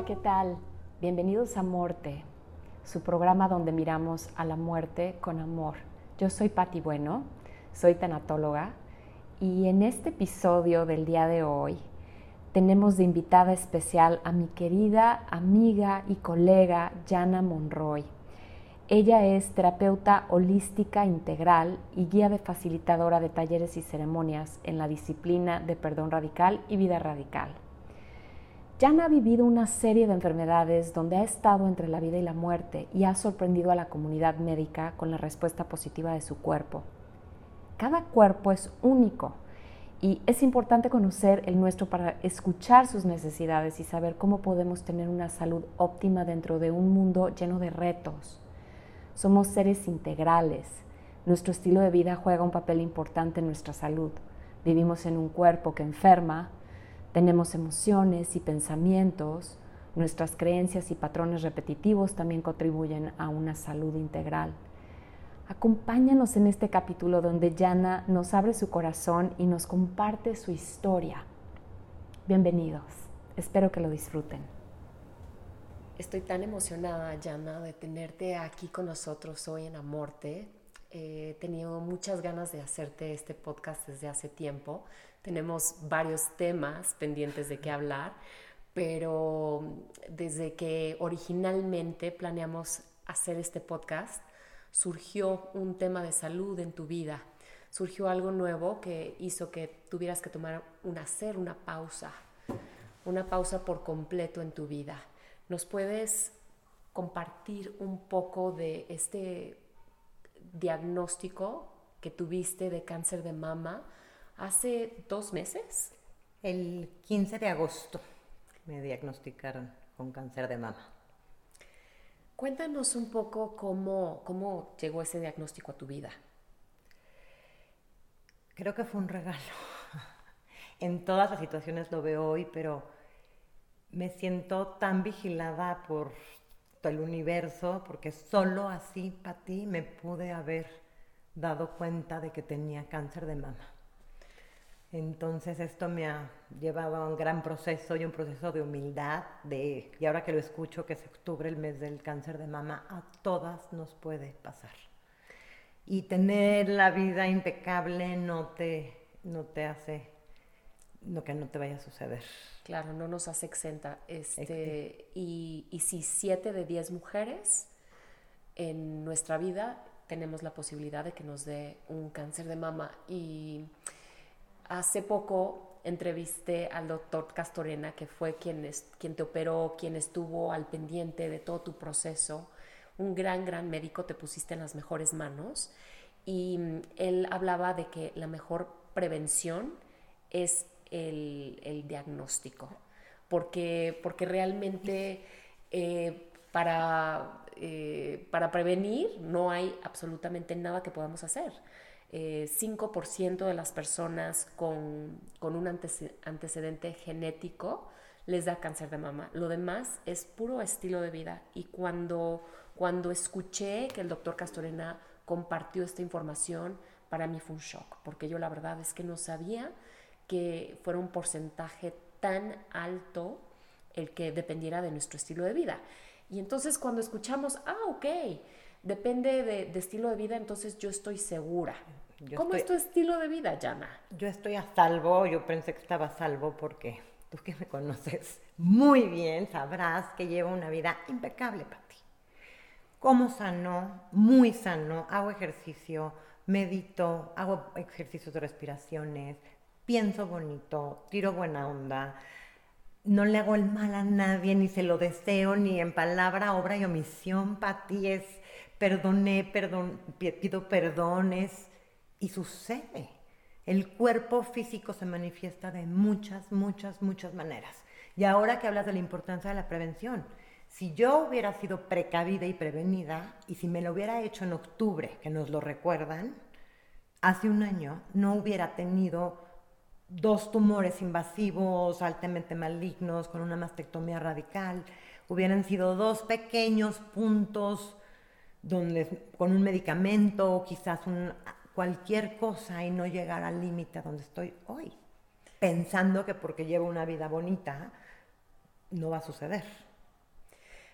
Hola, ¿qué tal? Bienvenidos a Morte, su programa donde miramos a la muerte con amor. Yo soy Pati Bueno, soy tanatóloga y en este episodio del día de hoy tenemos de invitada especial a mi querida amiga y colega Jana Monroy. Ella es terapeuta holística integral y guía de facilitadora de talleres y ceremonias en la disciplina de perdón radical y vida radical. Jana ha vivido una serie de enfermedades donde ha estado entre la vida y la muerte y ha sorprendido a la comunidad médica con la respuesta positiva de su cuerpo. Cada cuerpo es único y es importante conocer el nuestro para escuchar sus necesidades y saber cómo podemos tener una salud óptima dentro de un mundo lleno de retos. Somos seres integrales. Nuestro estilo de vida juega un papel importante en nuestra salud. Vivimos en un cuerpo que enferma. Tenemos emociones y pensamientos, nuestras creencias y patrones repetitivos también contribuyen a una salud integral. Acompáñanos en este capítulo donde Jana nos abre su corazón y nos comparte su historia. Bienvenidos, espero que lo disfruten. Estoy tan emocionada, Jana, de tenerte aquí con nosotros hoy en Amorte. He tenido muchas ganas de hacerte este podcast desde hace tiempo. Tenemos varios temas pendientes de qué hablar, pero desde que originalmente planeamos hacer este podcast, surgió un tema de salud en tu vida. Surgió algo nuevo que hizo que tuvieras que tomar una pausa por completo en tu vida. ¿Nos puedes compartir un poco de este diagnóstico que tuviste de cáncer de mama hace 2 meses? El 15 de agosto me diagnosticaron con cáncer de mama. Cuéntanos un poco cómo llegó ese diagnóstico a tu vida. Creo que fue un regalo. En todas las situaciones lo veo hoy, pero me siento tan vigilada por el universo, porque solo así, Pati, me pude haber dado cuenta de que tenía cáncer de mama. Entonces esto me ha llevado a un gran proceso y un proceso de humildad, y ahora que lo escucho, que es octubre, el mes del cáncer de mama, a todas nos puede pasar. Y tener la vida impecable no te hace que no te vaya a suceder. Claro, no nos hace exenta. Y si 7 de 10 mujeres en nuestra vida tenemos la posibilidad de que nos dé un cáncer de mama. Y hace poco entrevisté al doctor Castorena, que fue quien te operó, quien estuvo al pendiente de todo tu proceso. Un gran médico, te pusiste en las mejores manos. Y él hablaba de que la mejor prevención es el diagnóstico. Porque realmente para prevenir no hay absolutamente nada que podamos hacer. 5% de las personas con un antecedente genético les da cáncer de mama. Lo demás es puro estilo de vida. Y cuando escuché que el doctor Castorena compartió esta información, para mí fue un shock, porque yo la verdad es que no sabía que fuera un porcentaje tan alto el que dependiera de nuestro estilo de vida. Y entonces cuando escuchamos, ok, depende de estilo de vida, entonces yo estoy segura. ¿Cómo es tu estilo de vida, Jana? Yo estoy a salvo, yo pensé que estaba a salvo porque tú que me conoces muy bien sabrás que llevo una vida impecable, Pati. Como sano, muy sano, hago ejercicio, medito, hago ejercicios de respiraciones, pienso bonito, tiro buena onda, no le hago el mal a nadie, ni se lo deseo, ni en palabra, obra y omisión, Pati, es pido perdones y sucede. El cuerpo físico se manifiesta de muchas maneras. Y ahora que hablas de la importancia de la prevención, si yo hubiera sido precavida y prevenida, y si me lo hubiera hecho en octubre, que nos lo recuerdan, hace un año no hubiera tenido 2 tumores invasivos altamente malignos con una mastectomía radical, hubieran sido 2 pequeños puntos donde con un medicamento o quizás cualquier cosa y no llegar al límite a donde estoy hoy, pensando que porque llevo una vida bonita no va a suceder.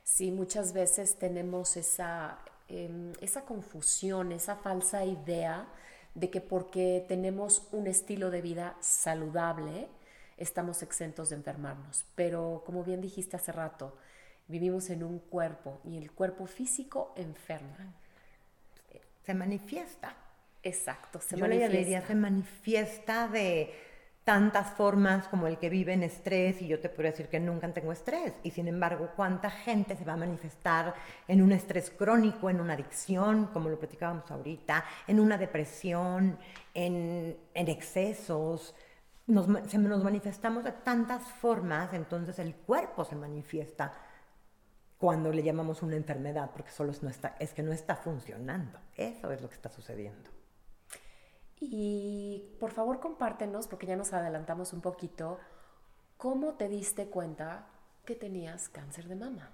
Sí, muchas veces tenemos esa confusión, esa falsa idea de que porque tenemos un estilo de vida saludable, estamos exentos de enfermarnos. Pero como bien dijiste hace rato, vivimos en un cuerpo y el cuerpo físico enferma. Se manifiesta. Exacto, se Yo le diría, manifiesta. se manifiesta de tantas formas como el que vive en estrés, y yo te podría decir que nunca tengo estrés, y sin embargo, ¿cuánta gente se va a manifestar en un estrés crónico, en una adicción, como lo platicábamos ahorita, en una depresión, en excesos? Nos manifestamos de tantas formas, entonces el cuerpo se manifiesta cuando le llamamos una enfermedad, porque solo es que no está funcionando. Eso es lo que está sucediendo. Y por favor compártenos, porque ya nos adelantamos un poquito, ¿cómo te diste cuenta que tenías cáncer de mama?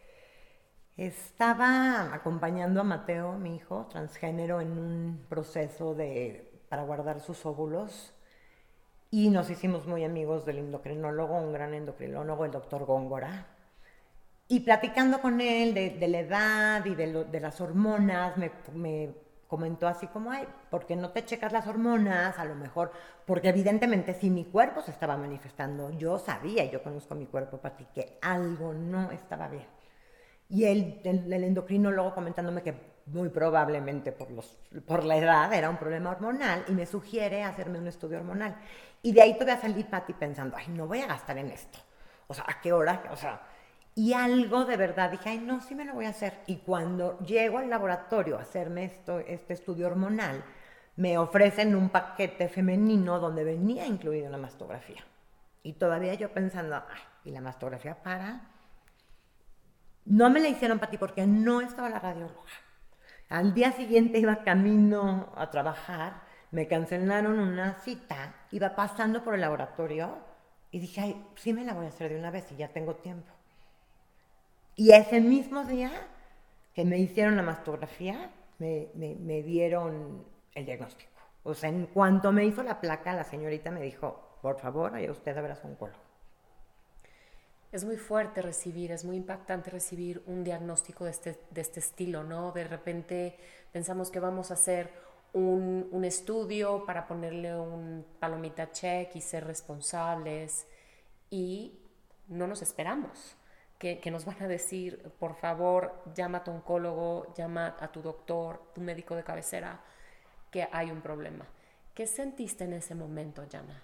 Estaba acompañando a Mateo, mi hijo, transgénero, en un proceso para guardar sus óvulos, y nos hicimos muy amigos del endocrinólogo, un gran endocrinólogo, el doctor Góngora. Y platicando con él de la edad y de las hormonas, me comentó así como, ay, ¿por qué no te checas las hormonas? A lo mejor, porque evidentemente si mi cuerpo se estaba manifestando, yo sabía, yo conozco mi cuerpo, Pati, que algo no estaba bien. Y el endocrinólogo comentándome que muy probablemente por la edad era un problema hormonal, y me sugiere hacerme un estudio hormonal. Y de ahí todavía salí, Pati, pensando, ay, no voy a gastar en esto. O sea, ¿a qué hora? O sea, y algo de verdad dije, ay, no, sí me lo voy a hacer. Y cuando llego al laboratorio a hacerme este estudio hormonal, me ofrecen un paquete femenino donde venía incluida una mastografía. Y todavía yo pensando, ay, ¿y la mastografía para? No me la hicieron, Pati, porque no estaba la radióloga. Al día siguiente iba camino a trabajar, me cancelaron una cita, iba pasando por el laboratorio y dije, ay, sí me la voy a hacer de una vez y ya tengo tiempo. Y ese mismo día que me hicieron la mastografía, me dieron el diagnóstico. O sea, en cuanto me hizo la placa, la señorita me dijo, por favor, vaya usted a ver a su oncólogo. Es muy fuerte recibir, es muy impactante recibir un diagnóstico de este estilo, ¿no? De repente pensamos que vamos a hacer un estudio para ponerle un palomita check y ser responsables, y no nos esperamos que nos van a decir, por favor, llama a tu oncólogo, llama a tu doctor, tu médico de cabecera, que hay un problema. ¿Qué sentiste en ese momento, Yana?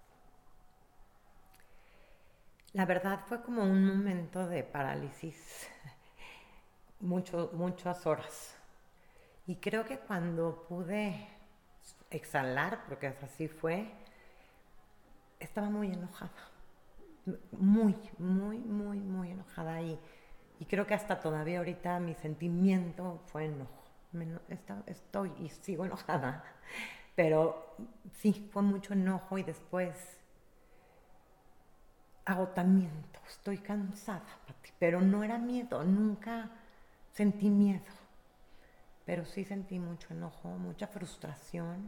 La verdad fue como un momento de parálisis, muchas horas. Y creo que cuando pude exhalar, porque así fue, estaba muy enojada. Muy, muy, muy, muy enojada. Y creo que hasta todavía ahorita mi sentimiento fue enojo. Estoy y sigo enojada. Pero sí, fue mucho enojo y después agotamiento. Estoy cansada, Pati. Pero no era miedo, nunca sentí miedo. Pero sí sentí mucho enojo, mucha frustración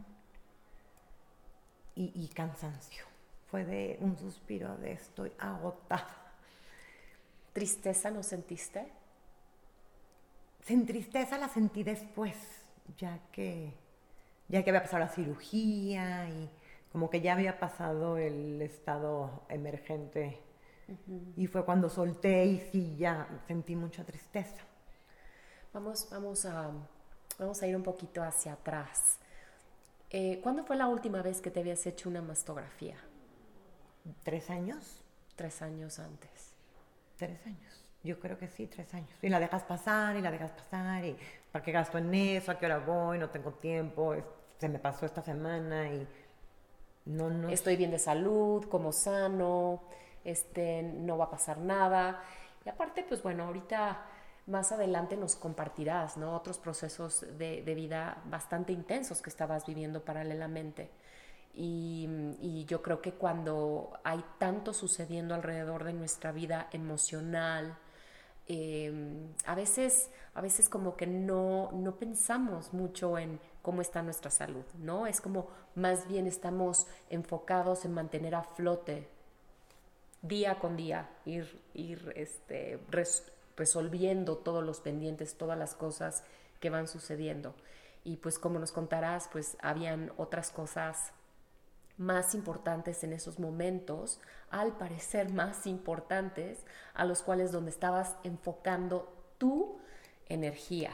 y cansancio. Fue de un suspiro de estoy agotada. ¿Tristeza no sentiste? En tristeza la sentí después, ya que había pasado la cirugía y como que ya había pasado el estado emergente. Y fue cuando solté y sí, ya sentí mucha tristeza. Vamos a ir un poquito hacia atrás. ¿Cuándo fue la última vez que te habías hecho una mastografía? 3 años. 3 años antes. 3 años. Yo creo que sí, 3 años. Y la dejas pasar, y ¿para qué gasto en eso? ¿A qué hora voy? No tengo tiempo, se me pasó esta semana y no. Estoy bien de salud, como sano, no va a pasar nada. Y aparte, pues bueno, ahorita más adelante nos compartirás, ¿no? Otros procesos de vida bastante intensos que estabas viviendo paralelamente. Y yo creo que cuando hay tanto sucediendo alrededor de nuestra vida emocional, a veces como que no pensamos mucho en cómo está nuestra salud, ¿no? Es como más bien estamos enfocados en mantener a flote día con día, ir resolviendo todos los pendientes, todas las cosas que van sucediendo. Y pues como nos contarás, pues habían otras cosas más importantes en esos momentos, al parecer más importantes, a los cuales donde estabas enfocando tu energía.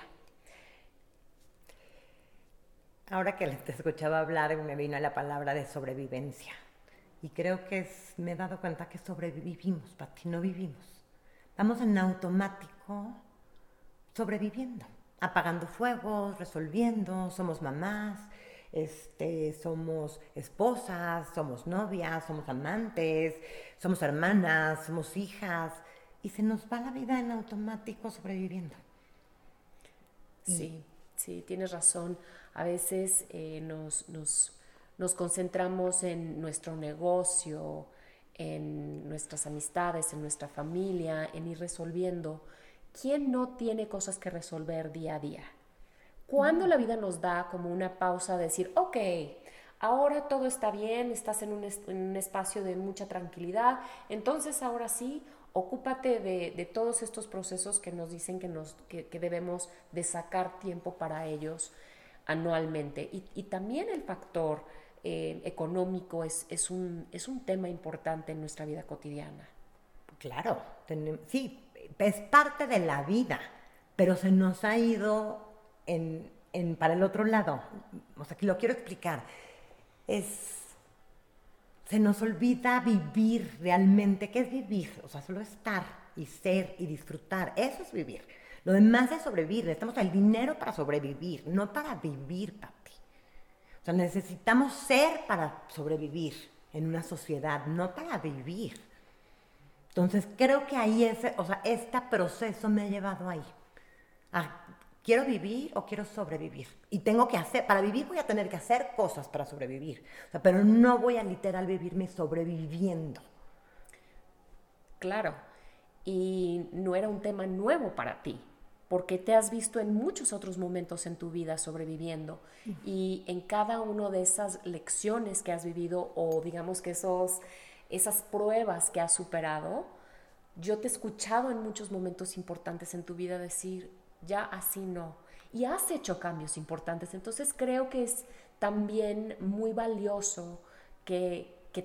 Ahora que te escuchaba hablar, me vino la palabra de sobrevivencia. Y creo que me he dado cuenta que sobrevivimos, Pati, no vivimos. Vamos en automático sobreviviendo, apagando fuegos, resolviendo, somos mamás, somos esposas, somos novias, somos amantes, somos hermanas, somos hijas, y se nos va la vida en automático sobreviviendo. Sí, sí, tienes razón. A veces nos concentramos en nuestro negocio, en nuestras amistades, en nuestra familia, en ir resolviendo. ¿Quién no tiene cosas que resolver día a día? Cuando la vida nos da como una pausa de decir, ok, ahora todo está bien, estás en un espacio de mucha tranquilidad, entonces ahora sí, ocúpate de todos estos procesos que nos dicen que debemos de sacar tiempo para ellos anualmente. Y también el factor económico es un tema importante en nuestra vida cotidiana. Claro, sí, es parte de la vida, pero se nos ha ido para el otro lado. O sea, que lo quiero explicar. Se nos olvida vivir realmente. ¿Qué es vivir? O sea, solo estar y ser y disfrutar. Eso es vivir. Lo demás es sobrevivir. Necesitamos el dinero para sobrevivir, no para vivir, papi. O sea, necesitamos ser para sobrevivir en una sociedad, no para vivir. Entonces, creo que ahí este proceso me ha llevado ahí. ¿Quiero vivir o quiero sobrevivir? Y tengo que para vivir voy a tener que hacer cosas para sobrevivir. O sea, pero no voy a literal vivirme sobreviviendo. Claro, y no era un tema nuevo para ti, porque te has visto en muchos otros momentos en tu vida sobreviviendo. Y en cada una de esas lecciones que has vivido, o digamos que esas pruebas que has superado, yo te he escuchado en muchos momentos importantes en tu vida decir, ya así no. Y has hecho cambios importantes. Entonces creo que es también muy valioso que tú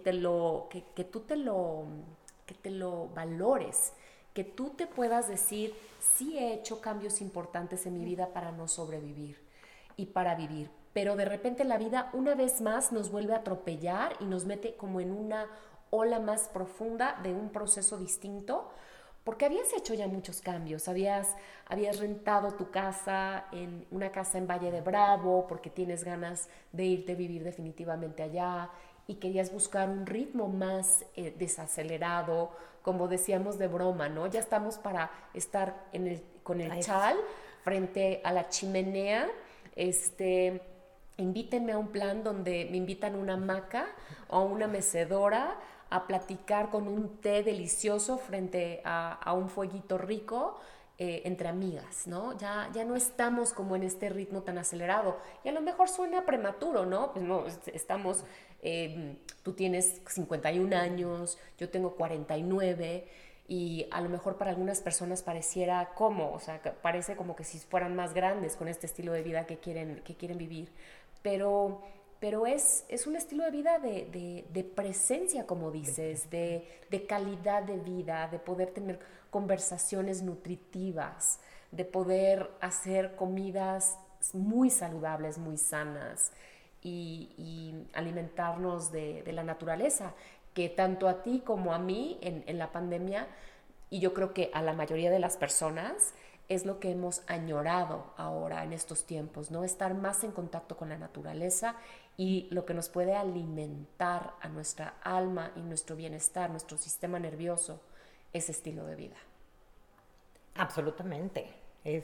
te lo valores, que tú te puedas decir, sí he hecho cambios importantes en mi vida para no sobrevivir y para vivir. Pero de repente la vida una vez más nos vuelve a atropellar y nos mete como en una ola más profunda de un proceso distinto, porque habías hecho ya muchos cambios, habías rentado tu casa, una casa en Valle de Bravo, porque tienes ganas de irte a vivir definitivamente allá y querías buscar un ritmo más desacelerado, como decíamos de broma, ¿no? Ya estamos para estar con el chal frente a la chimenea, invítenme a un plan donde me invitan a una hamaca o a una mecedora a platicar con un té delicioso frente a un fueguito rico entre amigas, ¿no? Ya no estamos como en este ritmo tan acelerado. Y a lo mejor suena prematuro, ¿no? Pues no, estamos, tú tienes 51 años, yo tengo 49 y a lo mejor para algunas personas pareciera o sea, parece como que si fueran más grandes con este estilo de vida que quieren vivir. Pero es un estilo de vida de presencia, como dices, de calidad de vida, de poder tener conversaciones nutritivas, de poder hacer comidas muy saludables, muy sanas y alimentarnos de la naturaleza, que tanto a ti como a mí en la pandemia, y yo creo que a la mayoría de las personas, es lo que hemos añorado ahora en estos tiempos, ¿no? Estar más en contacto con la naturaleza y lo que nos puede alimentar a nuestra alma y nuestro bienestar, nuestro sistema nervioso, ese estilo de vida. Absolutamente. Es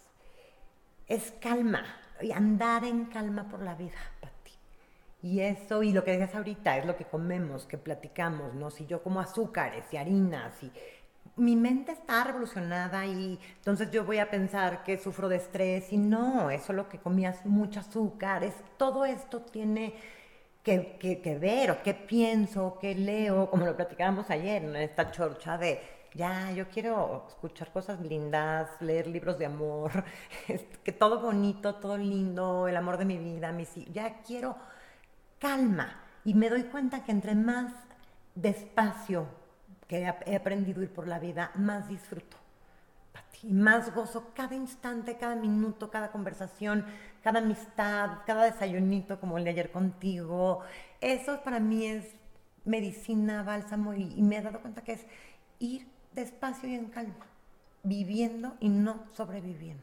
calma, y andar en calma por la vida, Pati. Y eso, y lo que decías ahorita, es lo que comemos, que platicamos, ¿no? Si yo como azúcares y harinas y mi mente está revolucionada y entonces yo voy a pensar que sufro de estrés y no, es solo que comías mucho azúcar. Todo esto tiene que ver, o qué pienso, qué leo, como lo platicábamos ayer en esta chorcha de Ya, yo quiero escuchar cosas lindas, leer libros de amor, que todo bonito, todo lindo, el amor de mi vida, ya quiero calma. Y me doy cuenta que entre más despacio que he aprendido a ir por la vida, más disfruto. Y más gozo cada instante, cada minuto, cada conversación, cada amistad, cada desayunito como el de ayer contigo. Eso para mí es medicina, bálsamo y me he dado cuenta que es ir despacio y en calma, viviendo y no sobreviviendo.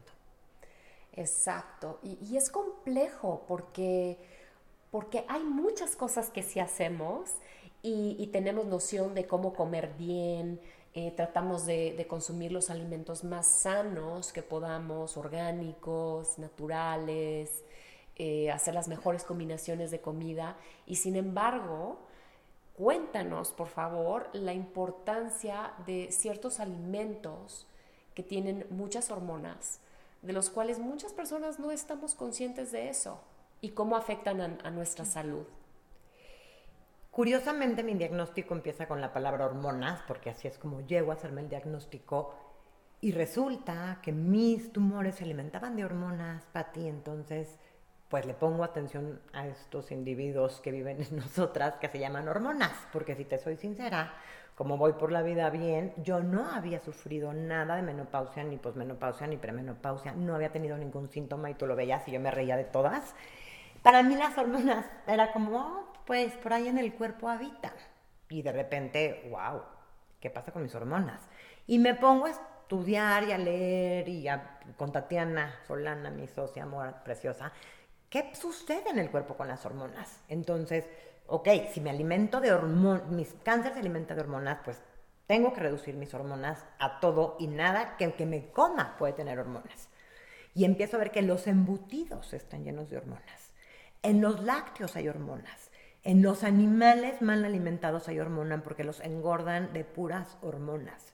Exacto, y es complejo porque hay muchas cosas que sí hacemos y tenemos noción de cómo comer bien, tratamos de consumir los alimentos más sanos que podamos, orgánicos, naturales, hacer las mejores combinaciones de comida y sin embargo, cuéntanos por favor la importancia de ciertos alimentos que tienen muchas hormonas, de los cuales muchas personas no estamos conscientes de eso y cómo afectan a nuestra salud. Curiosamente, mi diagnóstico empieza con la palabra hormonas, porque así es como llego a hacerme el diagnóstico. Y resulta que mis tumores se alimentaban de hormonas, Pati. Entonces, pues le pongo atención a estos individuos que viven en nosotras, que se llaman hormonas. Porque si te soy sincera, como voy por la vida bien, yo no había sufrido nada de menopausia, ni posmenopausia, ni premenopausia. No había tenido ningún síntoma y tú lo veías y yo me reía de todas. Para mí las hormonas era como, pues por ahí en el cuerpo habitan. Y de repente, wow, ¿qué pasa con mis hormonas? Y me pongo a estudiar y a leer con Tatiana Solana, mi socia, amor preciosa, ¿qué sucede en el cuerpo con las hormonas? Entonces, ok, si me alimento de hormonas, mi cáncer se alimenta de hormonas, pues tengo que reducir mis hormonas a todo y nada que me coma puede tener hormonas. Y empiezo a ver que los embutidos están llenos de hormonas. En los lácteos hay hormonas. En los animales mal alimentados hay hormonas porque los engordan de puras hormonas.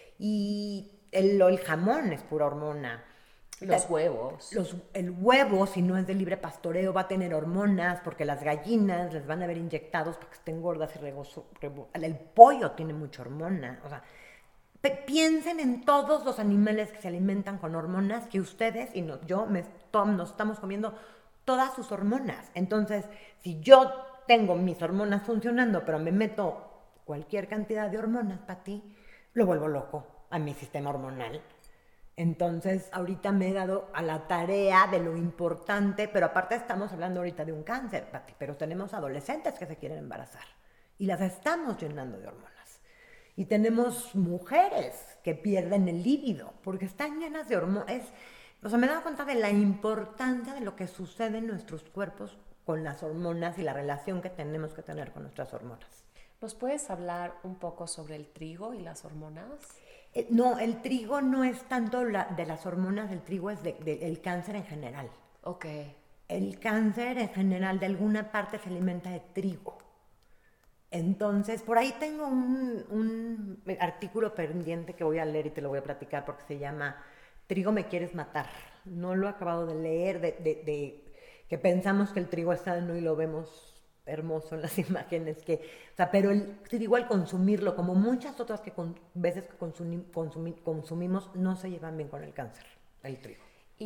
Y el jamón es pura hormona. Los huevos. El huevo, si no es de libre pastoreo, va a tener hormonas porque las gallinas les van a ver inyectados para que estén gordas y el pollo tiene mucha hormona. O sea, piensen en todos los animales que se alimentan con hormonas que ustedes y nos estamos comiendo todas sus hormonas. Entonces, si yo tengo mis hormonas funcionando, pero me meto cualquier cantidad de hormonas para ti, lo vuelvo loco a mi sistema hormonal. Entonces, ahorita me he dado a la tarea de lo importante, pero aparte estamos hablando ahorita de un cáncer, Pati, pero tenemos adolescentes que se quieren embarazar y las estamos llenando de hormonas. Y tenemos mujeres que pierden el líbido porque están llenas de hormonas. O sea, me he dado cuenta de la importancia de lo que sucede en nuestros cuerpos con las hormonas y la relación que tenemos que tener con nuestras hormonas. ¿Nos puedes hablar un poco sobre el trigo y las hormonas? No, el trigo no es tanto de las hormonas, el trigo es del cáncer en general. Ok. El cáncer en general de alguna parte se alimenta de trigo. Entonces, por ahí tengo un artículo pendiente que voy a leer y te lo voy a platicar porque se llama Trigo me quieres matar. No lo he acabado de leer, que pensamos que el trigo es sano y lo vemos hermoso en las imágenes, pero el trigo al consumirlo, como muchas otras veces que consumimos, no se llevan bien con el cáncer, el trigo.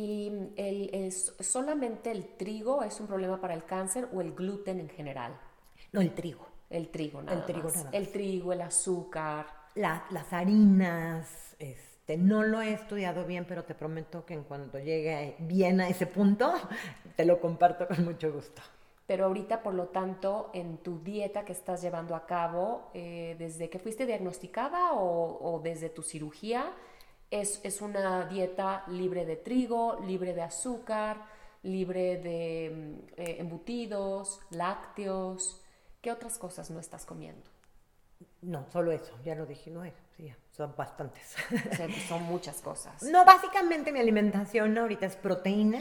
¿Y solamente el trigo es un problema para el cáncer o el gluten en general? No, el trigo. El trigo nada más. El trigo, el azúcar. Las harinas, no lo he estudiado bien, pero te prometo que en cuanto llegue bien a ese punto, te lo comparto con mucho gusto. Pero ahorita, por lo tanto, en tu dieta que estás llevando a cabo, ¿desde que fuiste diagnosticada o desde tu cirugía, es una dieta libre de trigo, libre de azúcar, libre de embutidos, lácteos? ¿Qué otras cosas no estás comiendo? No, solo eso, ya lo dije, no es, sí, son bastantes. O sea, son muchas cosas. No, básicamente mi alimentación ahorita es proteína,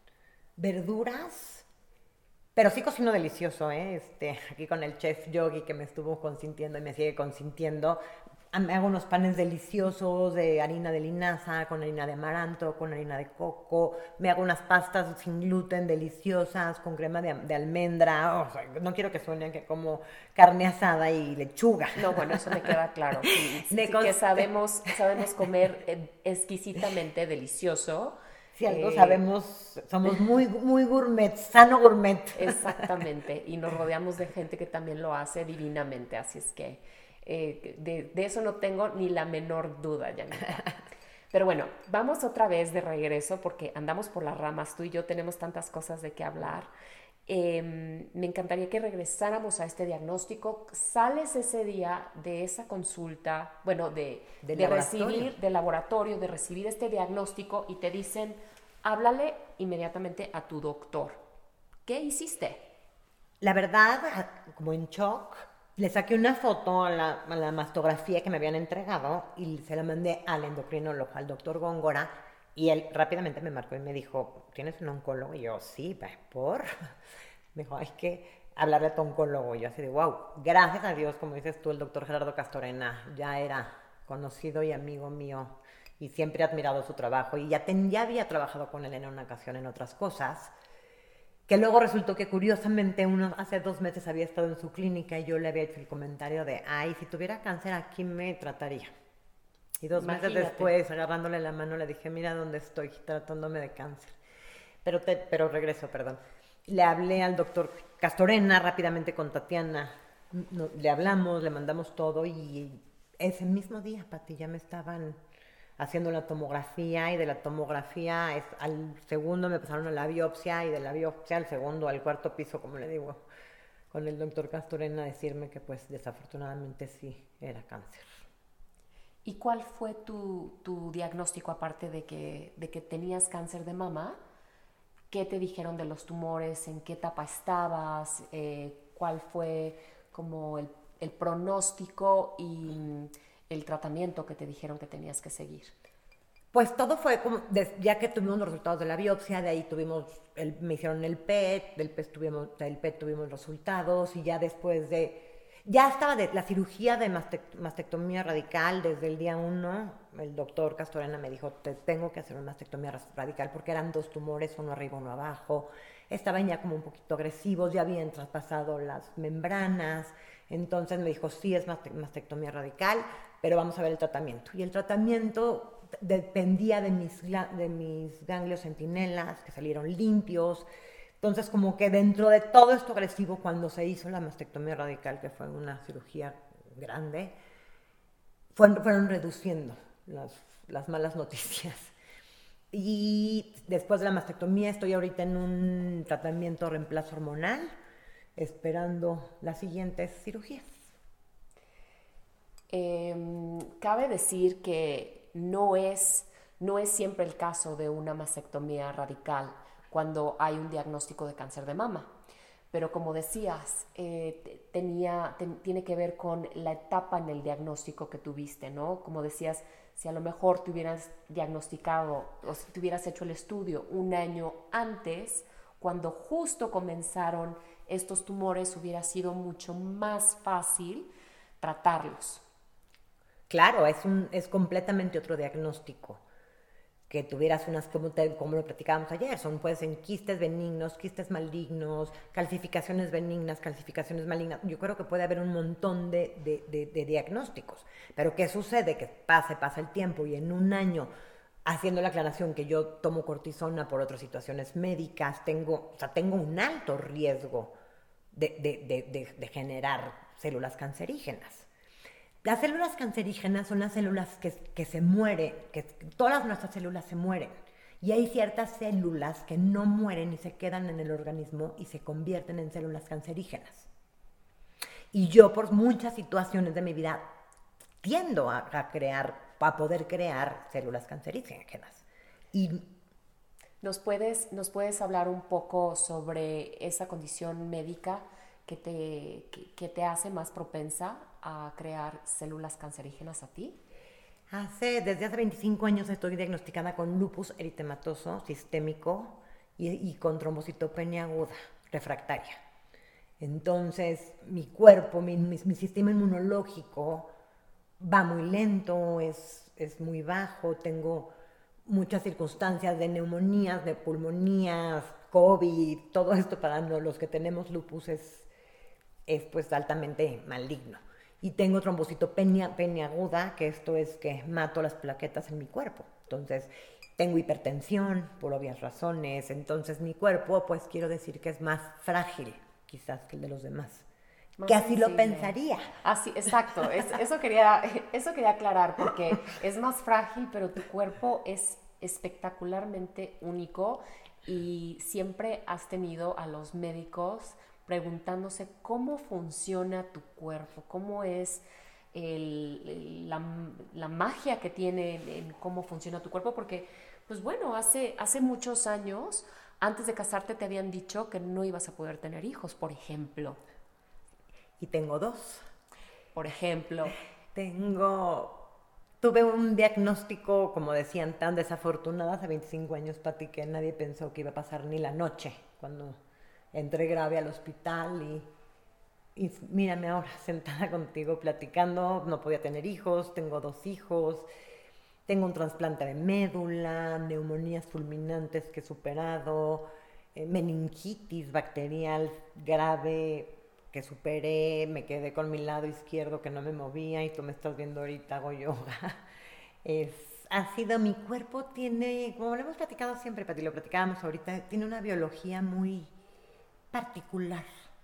verduras, pero sí cocino delicioso, aquí con el chef Yogi que me estuvo consintiendo y me sigue consintiendo, Me hago unos panes deliciosos de harina de linaza, con harina de amaranto, con harina de coco. Me hago unas pastas sin gluten deliciosas, con crema de almendra. O sea, no quiero que suene que como carne asada y lechuga. No, bueno, eso me queda claro. Sí, sí, sí, que sabemos comer exquisitamente delicioso. Si algo sabemos, somos muy gourmet, sano gourmet. Exactamente, y nos rodeamos de gente que también lo hace divinamente, así es que de eso no tengo ni la menor duda, Janita. Pero bueno, vamos otra vez de regreso porque andamos por las ramas, tú y yo tenemos tantas cosas de qué hablar. Me encantaría que regresáramos a este diagnóstico. Sales ese día de esa consulta, bueno, de recibir del laboratorio, de recibir este diagnóstico y te dicen, háblale inmediatamente a tu doctor. ¿Qué hiciste? La verdad, como en shock, le saqué una foto a la mastografía que me habían entregado y se la mandé al endocrinólogo, al doctor Góngora, y él rápidamente me marcó y me dijo, ¿tienes un oncólogo? Y yo, sí, ¿por? Me dijo, hay que hablarle a tu oncólogo. Y yo así de, wow, gracias a Dios, como dices tú, el doctor Gerardo Castorena ya era conocido y amigo mío y siempre he admirado su trabajo y ya había trabajado con él en una ocasión en otras cosas, que luego resultó que curiosamente hace 2 meses había estado en su clínica y yo le había hecho el comentario de, ay, si tuviera cáncer aquí me trataría. Y 2 meses después, agarrándole la mano, le dije, mira dónde estoy, tratándome de cáncer. Pero regreso, perdón. Le hablé al doctor Castorena rápidamente con Tatiana, le hablamos, le mandamos todo y ese mismo día, Pati, ya me estaban haciendo la tomografía y de la tomografía al segundo me pasaron a la biopsia y de la biopsia al segundo, al cuarto piso, como le digo, con el doctor Castorena a decirme que pues desafortunadamente sí era cáncer. ¿Y cuál fue tu diagnóstico aparte de que tenías cáncer de mama? ¿Qué te dijeron de los tumores? ¿En qué etapa estabas? ¿Cuál fue como el pronóstico y el tratamiento que te dijeron que tenías que seguir? Pues todo fue como, ya que tuvimos los resultados de la biopsia, de ahí me hicieron el PET, del PET tuvimos los resultados y ya después ya estaba de la cirugía de mastectomía radical desde el día 1, el doctor Castorena me dijo, te tengo que hacer una mastectomía radical porque eran 2 tumores, uno arriba, uno abajo, estaban ya como un poquito agresivos, ya habían traspasado las membranas, entonces me dijo, sí, es mastectomía radical, pero vamos a ver el tratamiento. Y el tratamiento dependía de mis ganglios centinelas, que salieron limpios. Entonces, como que dentro de todo esto agresivo, cuando se hizo la mastectomía radical, que fue una cirugía grande, fueron reduciendo las malas noticias. Y después de la mastectomía estoy ahorita en un tratamiento de reemplazo hormonal, esperando las siguientes cirugías. Cabe decir que no es siempre el caso de una mastectomía radical cuando hay un diagnóstico de cáncer de mama. Pero como decías, tiene que ver con la etapa en el diagnóstico que tuviste, ¿no? Como decías, si a lo mejor te hubieras diagnosticado o si te hubieras hecho el estudio 1 año antes, cuando justo comenzaron estos tumores, hubiera sido mucho más fácil tratarlos. Claro, es completamente otro diagnóstico. Que tuvieras como lo platicábamos ayer, pueden ser quistes benignos, quistes malignos, calcificaciones benignas, calcificaciones malignas. Yo creo que puede haber un montón de diagnósticos. Pero ¿qué sucede? Que pasa el tiempo y en 1 año, haciendo la aclaración que yo tomo cortisona por otras situaciones médicas, tengo un alto riesgo de generar células cancerígenas. Las células cancerígenas son las células que se mueren, que todas nuestras células se mueren. Y hay ciertas células que no mueren y se quedan en el organismo y se convierten en células cancerígenas. Y yo por muchas situaciones de mi vida tiendo a poder crear células cancerígenas. Y ¿Nos puedes hablar un poco sobre esa condición médica que te hace más propensa a crear células cancerígenas a ti? Desde hace 25 años estoy diagnosticada con lupus eritematoso sistémico y con trombocitopenia aguda refractaria. Entonces, mi cuerpo, mi sistema inmunológico va muy lento, es muy bajo, tengo muchas circunstancias de neumonías, de pulmonías, COVID, todo esto para los que tenemos lupus es pues altamente maligno. Y tengo trombocitopenia aguda, que esto es que mato las plaquetas en mi cuerpo. Entonces, tengo hipertensión por obvias razones. Entonces, mi cuerpo, pues quiero decir que es más frágil, quizás, que el de los demás. Más que así sensible. lo pensaría. Así, exacto. Eso quería aclarar, porque es más frágil, pero tu cuerpo es espectacularmente único y siempre has tenido a los médicos preguntándose cómo funciona tu cuerpo, cómo es la magia que tiene en cómo funciona tu cuerpo, porque, pues bueno, hace muchos años, antes de casarte, te habían dicho que no ibas a poder tener hijos, por ejemplo. Y tengo 2. Por ejemplo. Tuve un diagnóstico, como decían, tan desafortunado hace 25 años, Pati, que nadie pensó que iba a pasar ni la noche cuando entré grave al hospital y mírame ahora sentada contigo platicando, no podía tener hijos, tengo 2 hijos, tengo un trasplante de médula, neumonías fulminantes que he superado, meningitis bacterial grave que superé, me quedé con mi lado izquierdo que no me movía y tú me estás viendo ahorita, hago yoga. Mi cuerpo tiene, como lo hemos platicado siempre, Pati, lo platicábamos ahorita, tiene una biología muy particular.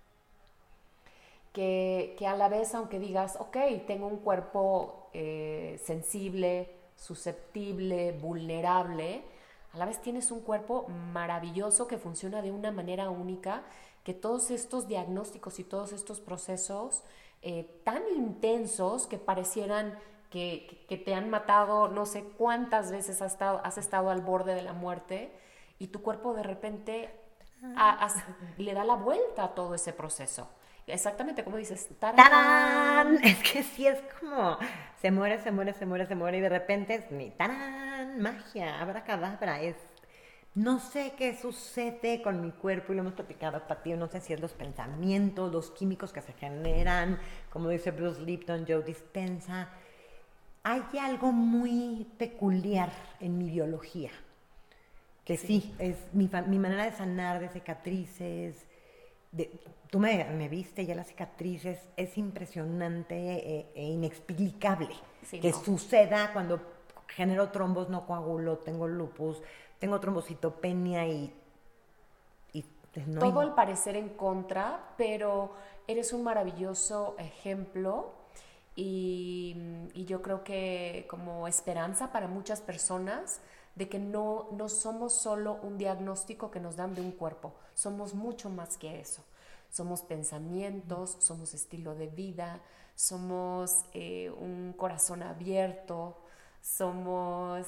Que a la vez, aunque digas, ok, tengo un cuerpo sensible, susceptible, vulnerable, a la vez tienes un cuerpo maravilloso que funciona de una manera única, que todos estos diagnósticos y todos estos procesos tan intensos que parecieran que te han matado, no sé cuántas veces has estado al borde de la muerte, y tu cuerpo de repente le da la vuelta a todo ese proceso. Exactamente como dices, ¡tarán! ¡Tarán! Es que sí, es como se muere y de repente es mi ¡tarán! Magia, abracadabra, no sé qué sucede con mi cuerpo y lo hemos platicado, Pati, no sé si es los pensamientos, los químicos que se generan, como dice Bruce Lipton, Joe Dispenza. Hay algo muy peculiar en mi biología, que sí es mi manera de sanar de cicatrices. Tú me viste ya las cicatrices, es impresionante e inexplicable que suceda cuando genero trombos, no coagulo, tengo lupus, tengo trombocitopenia y no todo al parecer en contra, pero eres un maravilloso ejemplo y yo creo que como esperanza para muchas personas de que no somos solo un diagnóstico que nos dan de un cuerpo, somos mucho más que eso. Somos pensamientos, somos estilo de vida, somos un corazón abierto, somos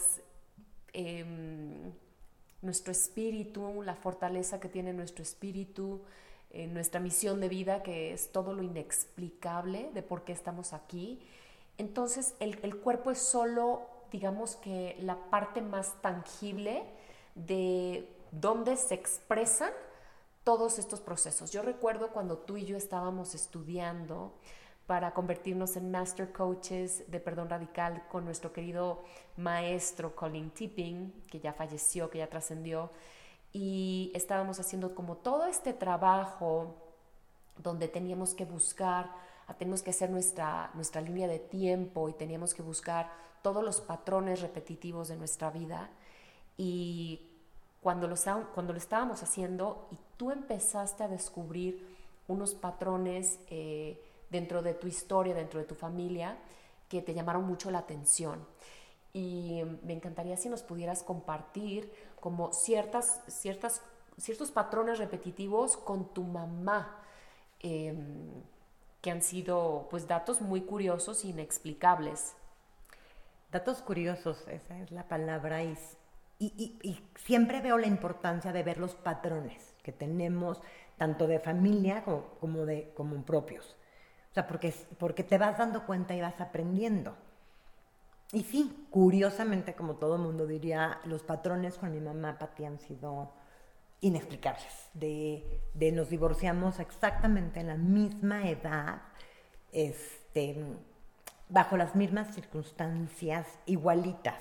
nuestro espíritu, la fortaleza que tiene nuestro espíritu, nuestra misión de vida, que es todo lo inexplicable de por qué estamos aquí. Entonces el cuerpo es solo, digamos que la parte más tangible de donde se expresan todos estos procesos. Yo recuerdo cuando tú y yo estábamos estudiando para convertirnos en Master Coaches de Perdón Radical con nuestro querido maestro Colin Tipping, que ya falleció, que ya trascendió, y estábamos haciendo como todo este trabajo donde teníamos que buscar, teníamos que hacer nuestra línea de tiempo y teníamos que buscar todos los patrones repetitivos de nuestra vida. Y cuando lo estábamos haciendo y tú empezaste a descubrir unos patrones dentro de tu historia, dentro de tu familia, que te llamaron mucho la atención. Y me encantaría si nos pudieras compartir como ciertos patrones repetitivos con tu mamá, que han sido pues datos muy curiosos e inexplicables. Datos curiosos, esa es la palabra, y siempre veo la importancia de ver los patrones que tenemos, tanto de familia como propios. O sea, porque te vas dando cuenta y vas aprendiendo. Y sí, curiosamente, como todo mundo diría, los patrones con mi mamá, Pati, han sido inexplicables. Nos divorciamos exactamente en la misma edad. bajo las mismas circunstancias, igualitas.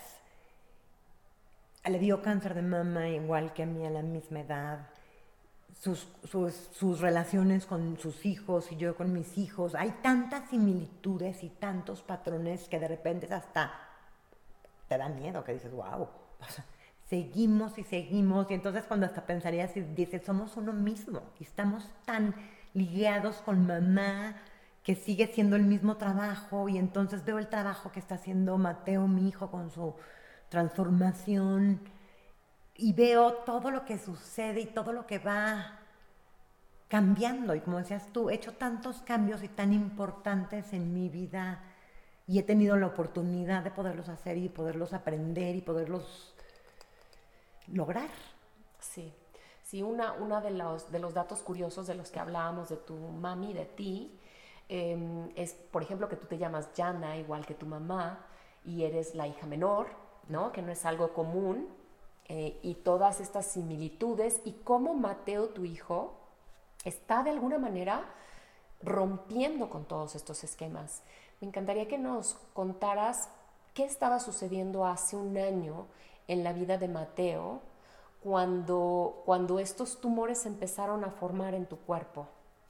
Le dio cáncer de mama igual que a mí a la misma edad. Sus relaciones con sus hijos y yo con mis hijos. Hay tantas similitudes y tantos patrones que de repente hasta te da miedo, que dices, wow. O sea, seguimos y seguimos. Y entonces cuando hasta pensarías y dices, somos uno mismo. Y estamos tan ligados con mamá que sigue siendo el mismo trabajo. Y entonces veo el trabajo que está haciendo Mateo, mi hijo, con su transformación, y veo todo lo que sucede y todo lo que va cambiando. Y como decías tú, he hecho tantos cambios y tan importantes en mi vida y he tenido la oportunidad de poderlos hacer y poderlos aprender y poderlos lograr. Sí, sí, una de los datos curiosos de los que hablábamos de tu mami, de ti, es, por ejemplo, que tú te llamas Jana, igual que tu mamá, y eres la hija menor, ¿no? Que no es algo común, y todas estas similitudes, y cómo Mateo, tu hijo, está de alguna manera rompiendo con todos estos esquemas. Me encantaría que nos contaras qué estaba sucediendo hace un año en la vida de Mateo cuando estos tumores empezaron a formar en tu cuerpo.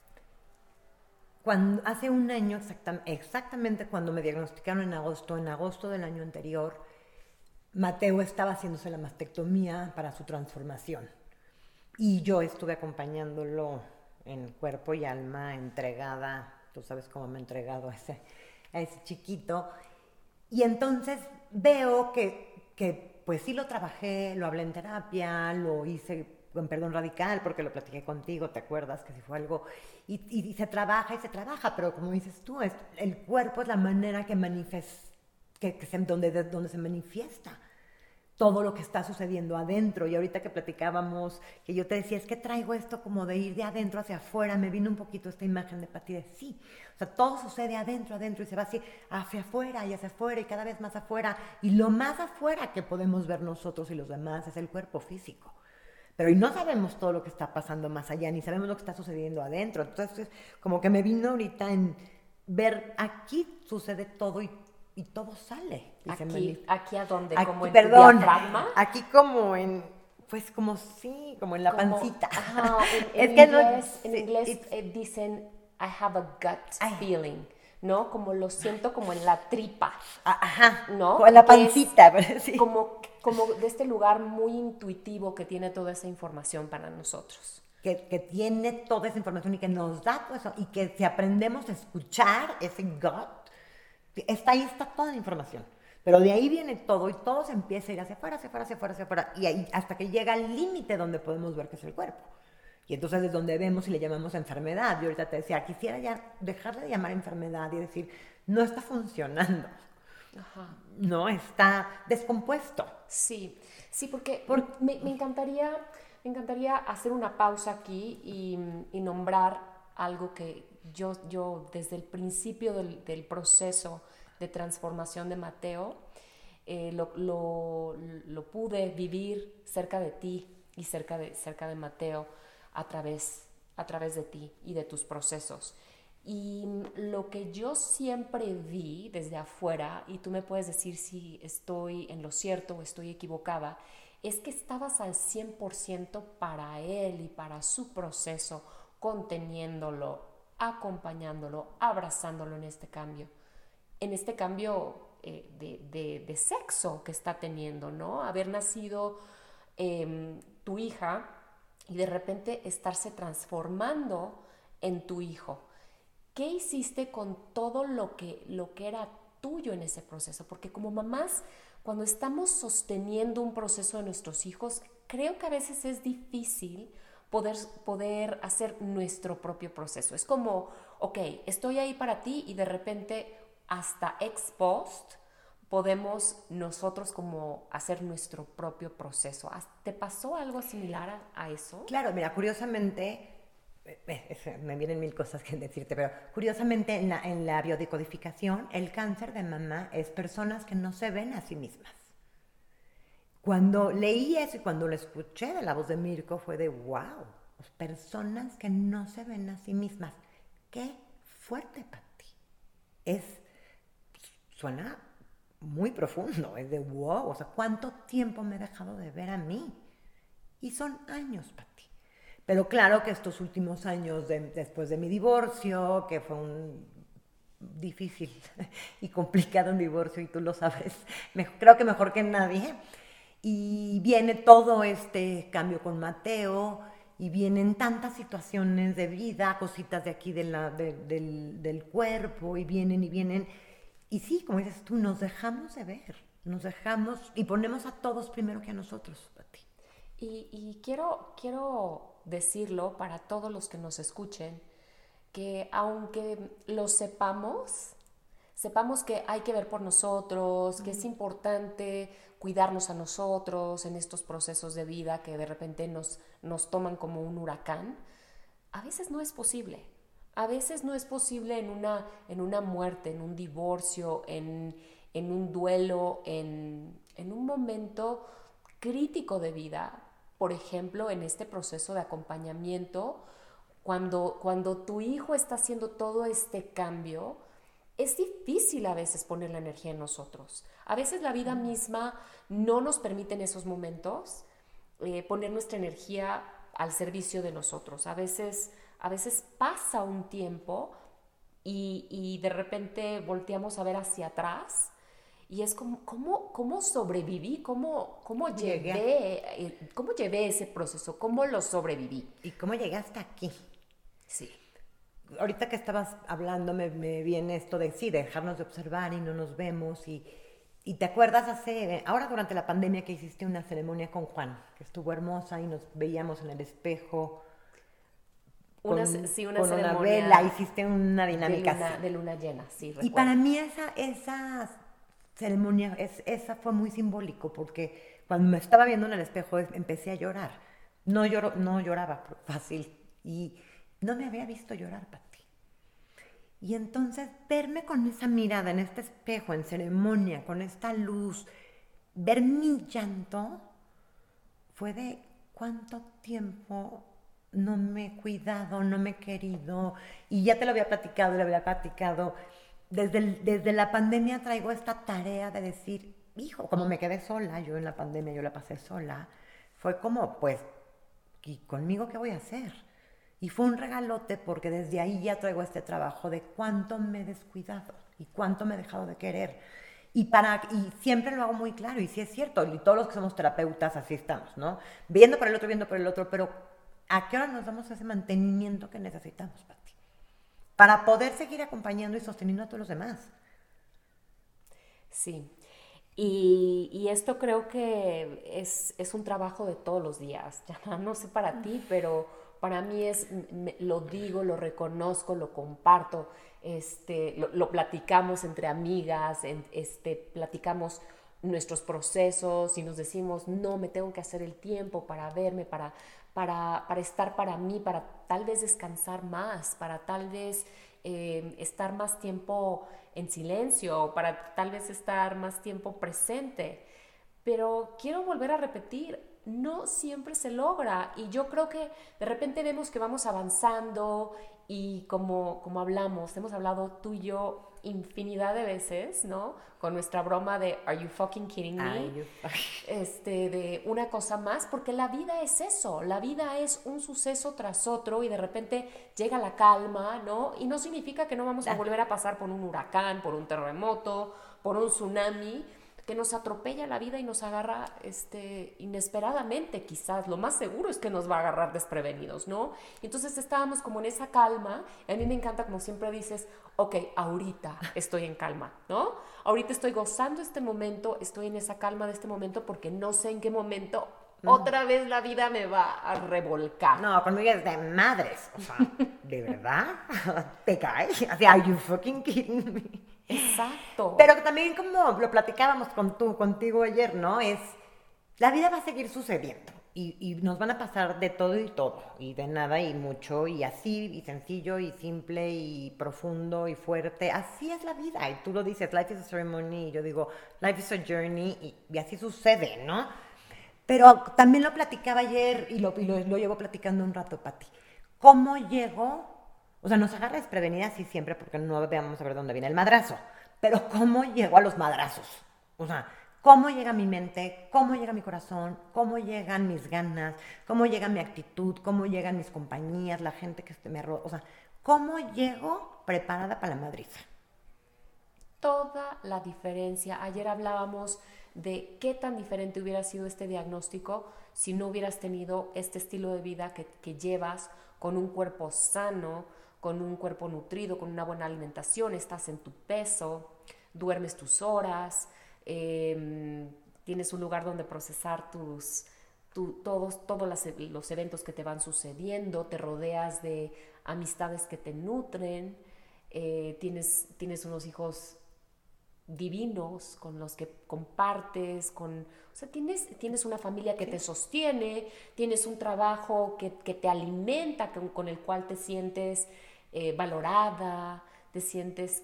Hace un año, exactamente cuando me diagnosticaron en agosto del año anterior, Mateo estaba haciéndose la mastectomía para su transformación. Y yo estuve acompañándolo en cuerpo y alma, entregada. Tú sabes cómo me he entregado a ese chiquito. Y entonces veo que pues sí lo trabajé, lo hablé en terapia, lo hice con perdón radical, porque lo platiqué contigo, ¿te acuerdas? Que si fue algo... Y se trabaja, pero como dices tú, el cuerpo es la manera que donde se manifiesta todo lo que está sucediendo adentro. Y ahorita que platicábamos, que yo te decía, es que traigo esto como de ir de adentro hacia afuera, me vino un poquito esta imagen de Pati de sí. O sea, todo sucede adentro y se va así hacia afuera y cada vez más afuera. Y lo más afuera que podemos ver nosotros y los demás es el cuerpo físico. Pero y no sabemos todo lo que está pasando más allá, ni sabemos lo que está sucediendo adentro. Entonces, como que me vino ahorita en ver, aquí sucede todo y todo sale. ¿Aquí a dónde? Aquí, ¿Como en perdón, tu diafragma? aquí como en, pues como sí, como en la pancita. Ajá, Es en que inglés, no, en inglés dicen, I have a gut feeling, ¿no? Como lo siento como en la tripa. Ajá, ¿no? como en la pancita. Sí. Como de este lugar muy intuitivo que tiene toda esa información para nosotros. Que tiene toda esa información y que nos da todo eso. Y que si aprendemos a escuchar ese gut, ahí está toda la información. Pero de ahí viene todo y todo se empieza a ir hacia afuera. Y ahí hasta que llega al límite donde podemos ver que es el cuerpo. Y entonces es donde vemos y le llamamos enfermedad. Yo ahorita te decía, quisiera ya dejar de llamar enfermedad y decir, no está funcionando. Ajá. No, está descompuesto. Sí, porque me encantaría hacer una pausa aquí y nombrar algo que yo desde el principio del proceso de transformación de Mateo lo pude vivir cerca de ti y cerca de Mateo a través de ti y de tus procesos. Y lo que yo siempre vi desde afuera, y tú me puedes decir si estoy en lo cierto o estoy equivocada, es que estabas al 100% para él y para su proceso, conteniéndolo, acompañándolo, abrazándolo en este cambio de sexo que está teniendo, ¿no? Haber nacido tu hija y de repente estarse transformando en tu hijo. ¿Qué hiciste con todo lo que era tuyo en ese proceso? Porque como mamás, cuando estamos sosteniendo un proceso de nuestros hijos, creo que a veces es difícil poder hacer nuestro propio proceso. Es como, ok, estoy ahí para ti y de repente hasta ex post podemos nosotros como hacer nuestro propio proceso. ¿Te pasó algo similar a eso? Claro, mira, curiosamente... me vienen mil cosas que decirte, pero curiosamente en la biodecodificación el cáncer de mama es personas que no se ven a sí mismas. Cuando leí eso y cuando lo escuché de la voz de Mirko fue de wow, personas que no se ven a sí mismas. Qué fuerte, Pati. suena muy profundo, es de wow, o sea, ¿cuánto tiempo me he dejado de ver a mí? Y son años, Pati. Pero claro que estos últimos años después de mi divorcio, que fue un difícil y complicado un divorcio, y tú lo sabes, creo que mejor que nadie, y viene todo este cambio con Mateo, y vienen tantas situaciones de vida, cositas de aquí del cuerpo, y vienen, y sí, como dices tú, nos dejamos de ver, nos dejamos, y ponemos a todos primero que a nosotros, Pati. Y quiero decirlo para todos los que nos escuchen, que aunque lo sepamos que hay que ver por nosotros, que es importante cuidarnos a nosotros en estos procesos de vida que de repente nos toman como un huracán, a veces no es posible. A veces no es posible en una muerte, en un divorcio, en un duelo, en un momento crítico de vida. Por ejemplo, en este proceso de acompañamiento, cuando tu hijo está haciendo todo este cambio, es difícil a veces poner la energía en nosotros. A veces la vida misma no nos permite en esos momentos poner nuestra energía al servicio de nosotros. A veces pasa un tiempo y de repente volteamos a ver hacia atrás y es como, ¿cómo sobreviví? ¿Cómo llevé ese proceso? ¿Cómo lo sobreviví? ¿Y cómo llegué hasta aquí? Sí. Ahorita que estabas hablando me viene esto de sí, de dejarnos de observar y no nos vemos y te acuerdas ahora durante la pandemia que hiciste una ceremonia con Juan, que estuvo hermosa y nos veíamos en el espejo una con ceremonia una vela, hiciste una dinámica de luna llena, sí, recuerdo. Y para mí esa ceremonia, esa fue muy simbólico porque cuando me estaba viendo en el espejo empecé a llorar. No lloraba fácil y no me había visto llorar, Pati. Y entonces verme con esa mirada en este espejo, en ceremonia, con esta luz, ver mi llanto, fue de cuánto tiempo no me he cuidado, no me he querido. Y ya te lo había platicado. Desde la pandemia traigo esta tarea de decir, hijo, como me quedé sola, yo en la pandemia yo la pasé sola, fue como, pues, ¿y conmigo qué voy a hacer? Y fue un regalote porque desde ahí ya traigo este trabajo de cuánto me he descuidado y cuánto me he dejado de querer. Y siempre lo hago muy claro, y sí es cierto, y todos los que somos terapeutas así estamos, ¿no? Viendo por el otro, pero ¿a qué hora nos damos ese mantenimiento que necesitamos, Pati? Para poder seguir acompañando y sosteniendo a todos los demás. Sí. Y esto creo que es un trabajo de todos los días. Ya no sé para ti, pero para mí lo digo, lo reconozco, lo comparto, lo platicamos entre amigas, platicamos nuestros procesos y nos decimos, no, me tengo que hacer el tiempo para verme, para estar para mí, para tal vez descansar más, para tal vez estar más tiempo en silencio, para tal vez estar más tiempo presente. Pero quiero volver a repetir, no siempre se logra y yo creo que de repente vemos que vamos avanzando y como hemos hablado tú y yo infinidad de veces, ¿no? Con nuestra broma de Are you fucking kidding me? De una cosa más, porque la vida es eso, la vida es un suceso tras otro y de repente llega la calma, ¿no? Y no significa que no vamos a volver a pasar por un huracán, por un terremoto, por un tsunami, que nos atropella la vida y nos agarra inesperadamente, quizás. Lo más seguro es que nos va a agarrar desprevenidos, ¿no? Y entonces estábamos como en esa calma. A mí me encanta, como siempre dices, ok, ahorita estoy en calma, ¿no? Ahorita estoy gozando este momento, estoy en esa calma de este momento porque no sé en qué momento otra vez la vida me va a revolcar. No, conmigo es de madres. O sea, ¿de verdad? ¿Te caes? O sea, ¿are you fucking kidding me? Exacto. Pero también como lo platicábamos contigo ayer, ¿no? La vida va a seguir sucediendo y nos van a pasar de todo y de nada y mucho y así y sencillo y simple y profundo y fuerte. Así es la vida y tú lo dices, life is a ceremony y yo digo, life is a journey y así sucede, ¿no? Pero también lo platicaba ayer y lo llevo platicando un rato, Pati. ¿Cómo llegó? O sea, nos agarra desprevenidas así siempre porque no vamos a ver dónde viene el madrazo. pero ¿cómo llego a los madrazos? O sea, ¿cómo llega mi mente? ¿Cómo llega mi corazón? ¿Cómo llegan mis ganas? ¿Cómo llega mi actitud? ¿Cómo llegan mis compañías? La gente que me rodea. O sea, ¿cómo llego preparada para la madriza? Toda la diferencia. Ayer hablábamos de qué tan diferente hubiera sido este diagnóstico si no hubieras tenido este estilo de vida que llevas, con un cuerpo sano, con un cuerpo nutrido, con una buena alimentación, estás en tu peso, duermes tus horas, tienes un lugar donde procesar todos los eventos que te van sucediendo, te rodeas de amistades que te nutren, tienes unos hijos divinos con los que compartes, o sea, tienes una familia que te sostiene, tienes un trabajo que te alimenta, con el cual te sientes valorada, te sientes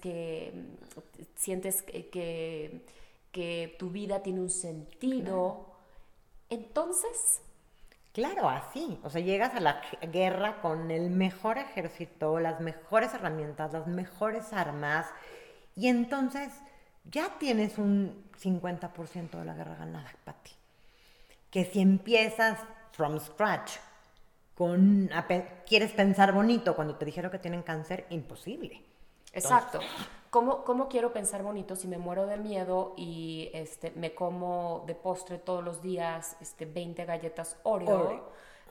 que tu vida tiene un sentido. Claro. Entonces... Claro, así. O sea, llegas a la guerra con el mejor ejército, las mejores herramientas, las mejores armas, y entonces ya tienes un 50% de la guerra ganada, Pati. Que si empiezas from scratch, quieres pensar bonito cuando te dijeron que tienen cáncer, imposible. Exacto. ¿Cómo quiero pensar bonito si me muero de miedo y me como de postre todos los días 20 galletas Oreo?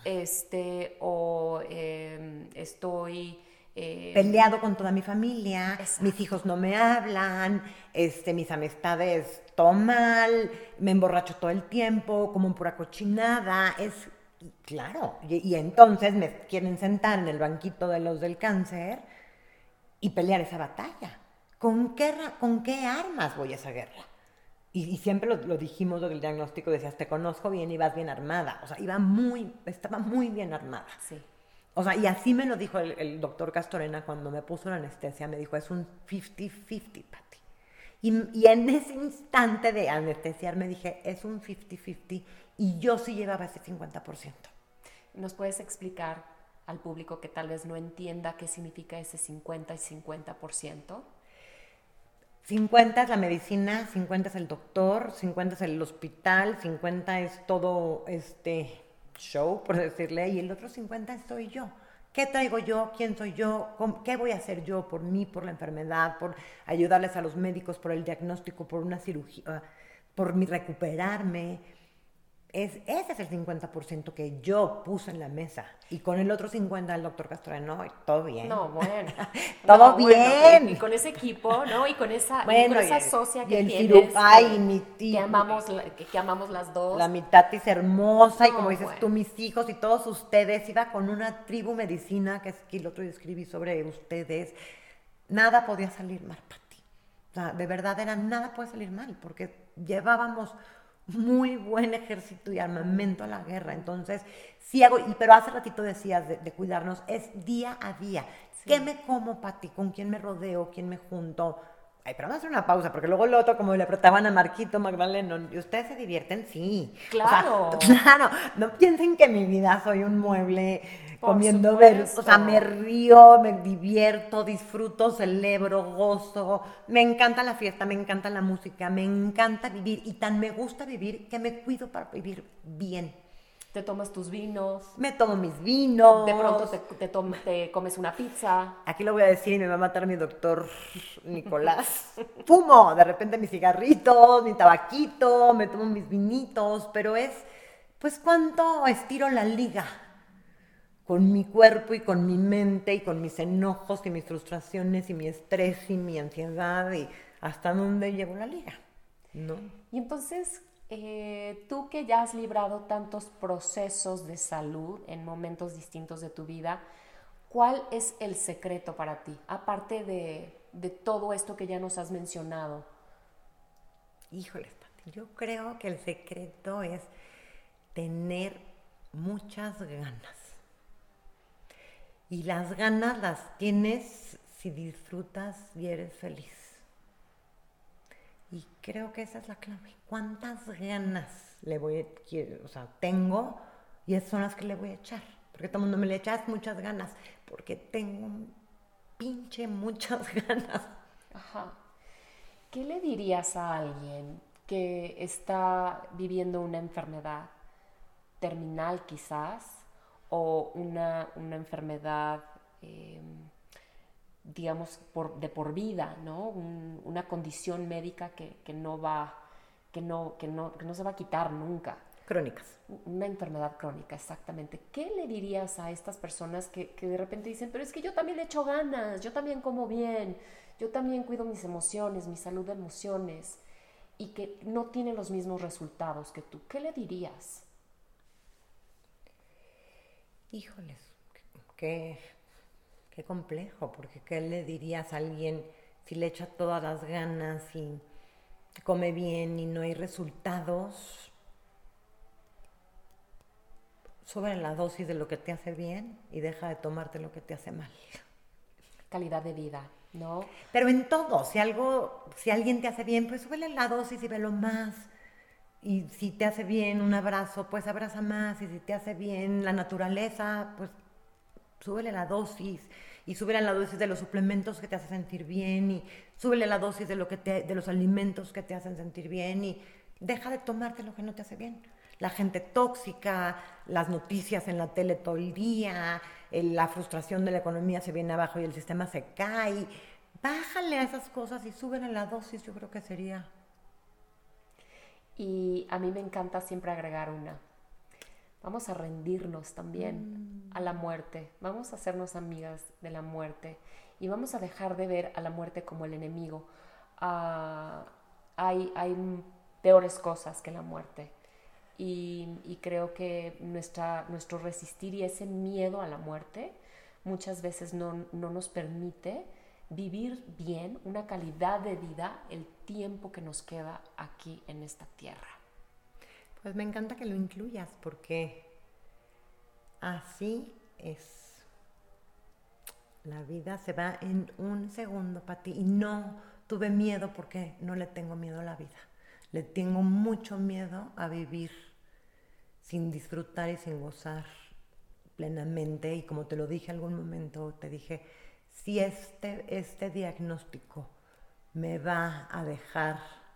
Estoy... peleado con toda mi familia, exacto. Mis hijos no me hablan, mis amistades todo mal, me emborracho todo el tiempo, como pura cochinada, claro, y entonces me quieren sentar en el banquito de los del cáncer y pelear esa batalla. ¿Con qué armas voy a esa guerra? Y siempre lo dijimos del diagnóstico, decías, te conozco bien y vas bien armada, o sea, estaba muy bien armada. Sí. O sea, y así me lo dijo el doctor Castorena cuando me puso la anestesia, me dijo, es un 50-50, Pati. Y en ese instante de anestesiarme dije, es un 50-50, y yo sí llevaba ese 50%. ¿Nos puedes explicar al público que tal vez no entienda qué significa ese 50 y 50%? 50 es la medicina, 50 es el doctor, 50 es el hospital, 50 es todo show, por decirle, y el otro 50 soy yo. ¿Qué traigo yo? ¿Quién soy yo? ¿Qué voy a hacer yo por mí, por la enfermedad, por ayudarles a los médicos, por el diagnóstico, por una cirugía, por recuperarme? Ese es el 50% que yo puse en la mesa. Y con el otro 50% el doctor Castorena, no, todo bien. No, bueno. todo bien. Bueno, y con ese equipo, ¿no? Y con esa, socia que tienes. Que amamos las dos. La mitad es hermosa, y como dices tú, mis hijos y todos ustedes. Iba con una tribu medicina, que es que el otro día escribí sobre ustedes. Nada podía salir mal, Pati. O sea, de verdad nada puede salir mal, porque llevábamos muy buen ejército y armamento a la guerra. Entonces, sí hago, pero hace ratito decías de cuidarnos, es día a día. Sí. ¿Qué me como, Pati? ¿Con quién me rodeo? ¿Quién me junto? Ay, pero vamos a hacer una pausa, porque luego lo otro, como le apretaban a Marquito Magdaleno, ¿y ustedes se divierten? Sí. Claro. O sea, claro, no piensen que en mi vida soy un mueble comiendo verduras. O sea, me río, me divierto, disfruto, celebro, gozo. Me encanta la fiesta, me encanta la música, me encanta vivir. Y tan me gusta vivir que me cuido para vivir bien. Te tomas tus vinos. Me tomo mis vinos. De pronto te comes una pizza. Aquí lo voy a decir y me va a matar mi doctor Nicolás. Fumo de repente mis cigarritos, mi tabaquito, me tomo mis vinitos, pero pues cuánto estiro la liga con mi cuerpo y con mi mente y con mis enojos y mis frustraciones y mi estrés y mi ansiedad, y hasta dónde llevo la liga, ¿no? Y entonces... tú que ya has librado tantos procesos de salud en momentos distintos de tu vida, ¿cuál es el secreto para ti? Aparte de todo esto que ya nos has mencionado. Híjole, Pati, yo creo que el secreto es tener muchas ganas. Y las ganas las tienes si disfrutas y eres feliz. Y creo que esa es la clave. ¿Cuántas ganas tengo? Y esas son las que le voy a echar. Porque todo el mundo me le echa muchas ganas. Porque tengo muchas ganas. Ajá. ¿Qué le dirías a alguien que está viviendo una enfermedad terminal quizás o una enfermedad, digamos, de por vida, ¿no? Una condición médica que no se va a quitar nunca? Crónicas. Una enfermedad crónica, exactamente. ¿Qué le dirías a estas personas que de repente dicen, pero es que yo también le echo ganas, yo también como bien, yo también cuido mis emociones, mi salud de emociones, y que no tienen los mismos resultados que tú? ¿Qué le dirías? Híjoles, qué, qué complejo, porque ¿qué le dirías a alguien si le echa todas las ganas y come bien y no hay resultados? Sube la dosis de lo que te hace bien y deja de tomarte lo que te hace mal. Calidad de vida, ¿no? Pero en todo, si alguien te hace bien, pues súbele la dosis y velo más. Y si te hace bien un abrazo, pues abraza más. Y si te hace bien la naturaleza, pues súbele la dosis. Y súbele la dosis de los suplementos que te hacen sentir bien. Y súbele la dosis de los alimentos que te hacen sentir bien. Y deja de tomarte lo que no te hace bien. La gente tóxica, las noticias en la tele todo el día, la frustración de la economía se viene abajo y el sistema se cae. Bájale a esas cosas y súbele la dosis, yo creo que sería. Y a mí me encanta siempre agregar una. Vamos a rendirnos también a la muerte. Vamos a hacernos amigas de la muerte. Y vamos a dejar de ver a la muerte como el enemigo. Hay peores cosas que la muerte. Y creo que nuestro resistir y ese miedo a la muerte muchas veces no nos permite vivir bien, una calidad de vida, el tiempo que nos queda aquí en esta tierra. Pues me encanta que lo incluyas porque así es. La vida se va en un segundo para ti y no tuve miedo porque no le tengo miedo a la vida. Le tengo mucho miedo a vivir sin disfrutar y sin gozar plenamente. Y como te lo dije algún momento, te dije, si este diagnóstico me va a dejar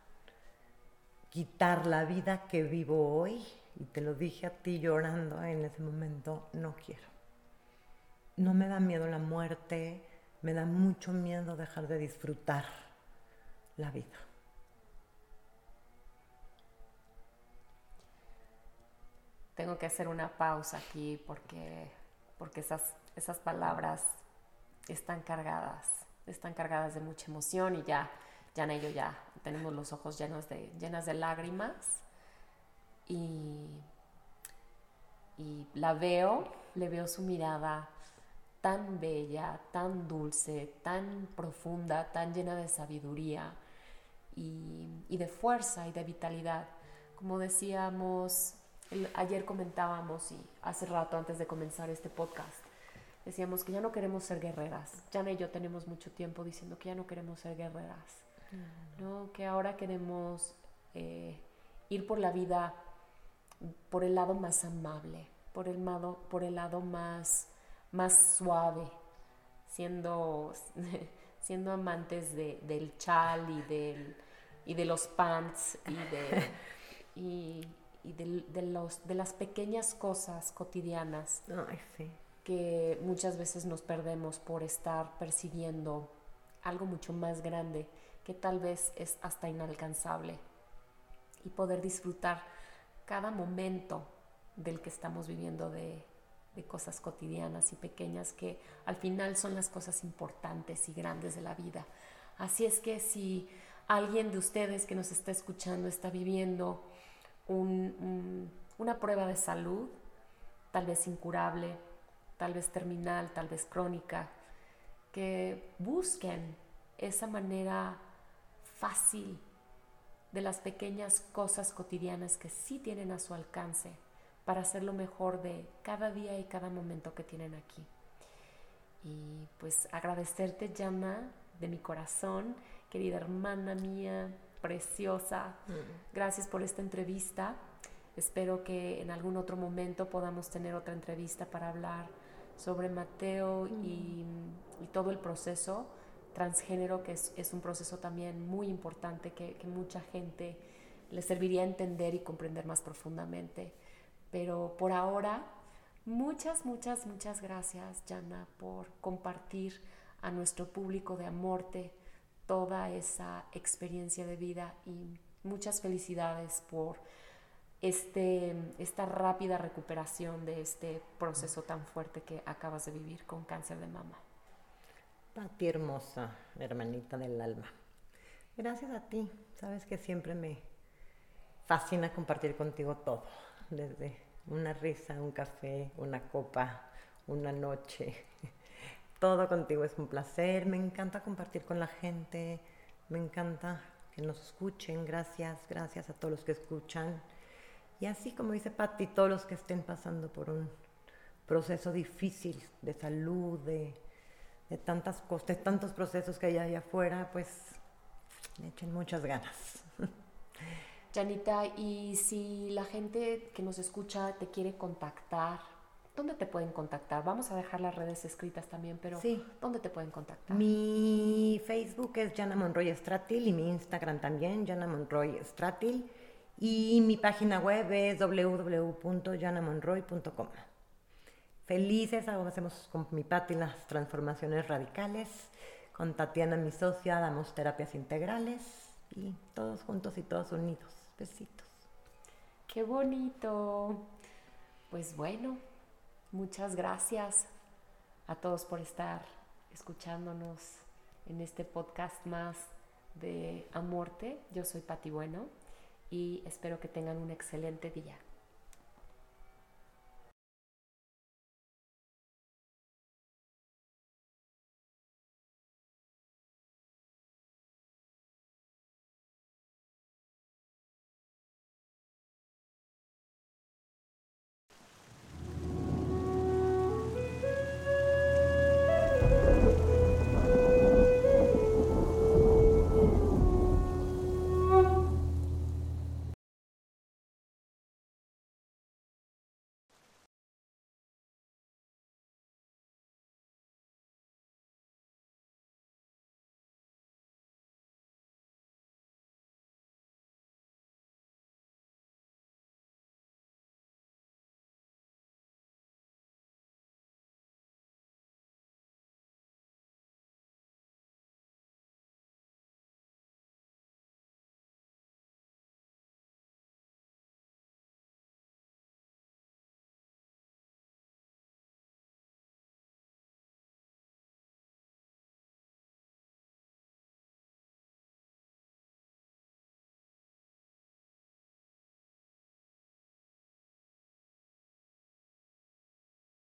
quitar la vida que vivo hoy, y te lo dije a ti llorando en ese momento, no quiero. No me da miedo la muerte, me da mucho miedo dejar de disfrutar la vida. Tengo que hacer una pausa aquí porque esas palabras están cargadas de mucha emoción y ya Jana y yo ya tenemos los ojos llenas de lágrimas y le veo su mirada tan bella, tan dulce, tan profunda, tan llena de sabiduría y de fuerza y de vitalidad. Como decíamos, ayer comentábamos y hace rato antes de comenzar este podcast, decíamos que ya no queremos ser guerreras. Jana y yo tenemos mucho tiempo diciendo que ya no queremos ser guerreras, ¿no? Que ahora queremos ir por la vida por el lado más amable, por el lado más suave, siendo amantes del chal y de los pants y de las pequeñas cosas cotidianas. Ay, sí. Que muchas veces nos perdemos por estar persiguiendo algo mucho más grande que tal vez es hasta inalcanzable, y poder disfrutar cada momento del que estamos viviendo de cosas cotidianas y pequeñas que al final son las cosas importantes y grandes de la vida. Así es que si alguien de ustedes que nos está escuchando está viviendo una prueba de salud, tal vez incurable, tal vez terminal, tal vez crónica, que busquen esa manera fácil de las pequeñas cosas cotidianas que sí tienen a su alcance para hacer lo mejor de cada día y cada momento que tienen aquí. Y pues agradecerte, Jana, de mi corazón, querida hermana mía, preciosa. Gracias por esta entrevista. Espero que en algún otro momento podamos tener otra entrevista para hablar sobre Mateo y todo el proceso transgénero, que es un proceso también muy importante que mucha gente le serviría entender y comprender más profundamente. Pero por ahora, muchas gracias, Yana, por compartir a nuestro público de Amorte toda esa experiencia de vida, y muchas felicidades por esta rápida recuperación de este proceso tan fuerte que acabas de vivir con cáncer de mama. Pati hermosa, hermanita del alma. Gracias a ti. Sabes que siempre me fascina compartir contigo todo. Desde una risa, un café, una copa, una noche. Todo contigo es un placer. Me encanta compartir con la gente. Me encanta que nos escuchen. Gracias a todos los que escuchan. Y así como dice Pati, todos los que estén pasando por un proceso difícil de salud, de tantas cosas, de tantos procesos que hay allá afuera, pues le echen muchas ganas. Janita, y si la gente que nos escucha te quiere contactar, ¿dónde te pueden contactar? Vamos a dejar las redes escritas también, pero sí. ¿Dónde te pueden contactar? Mi Facebook es Yana Monroy Stratil y mi Instagram también, Yana Monroy Stratil. Y mi página web es www.yanamonroy.com. Felices, hacemos con mi Pati las transformaciones radicales. Con Tatiana, mi socia, damos terapias integrales. Y todos juntos y todos unidos. Besitos. ¡Qué bonito! Pues bueno, muchas gracias a todos por estar escuchándonos en este podcast más de Amorte. Yo soy Pati Bueno y espero que tengan un excelente día.